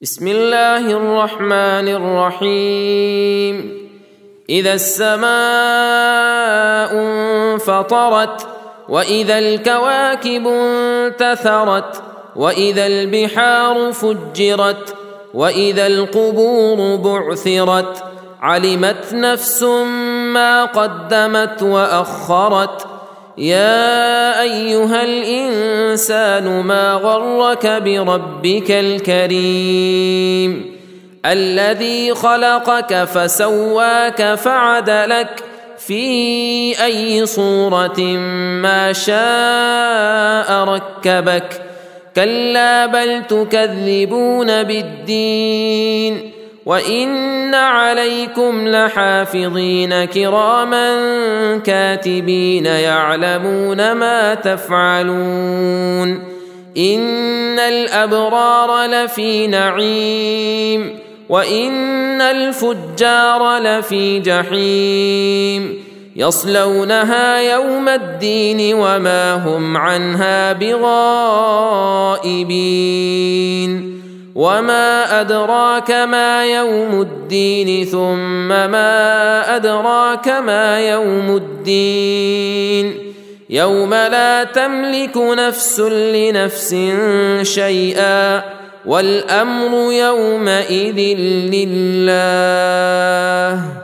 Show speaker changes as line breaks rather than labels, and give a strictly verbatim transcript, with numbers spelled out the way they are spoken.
بسم الله الرحمن الرحيم. إذا السماء انفطرت وإذا الكواكب انتثرت وإذا البحار فجرت وإذا القبور بعثرت علمت نفس ما قدمت وأخرت. يا أيها الإنسان ما غرك بربك الكريم الذي خلقك فسواك فعدلك في أي صورة ما شاء ركبك. كلا بل تكذبون بالدين وإن عليكم لحافظين كراما كاتبين يعلمون ما تفعلون. إن الأبرار لفي نعيم وإن الفجار لفي جحيم يصلونها يوم الدين وما هم عنها بغائبين. وما أدراك ما يوم الدين ثم ما أدراك ما يوم الدين يوم لا تملك نفس لنفس شيئا والأمر يومئذ لله.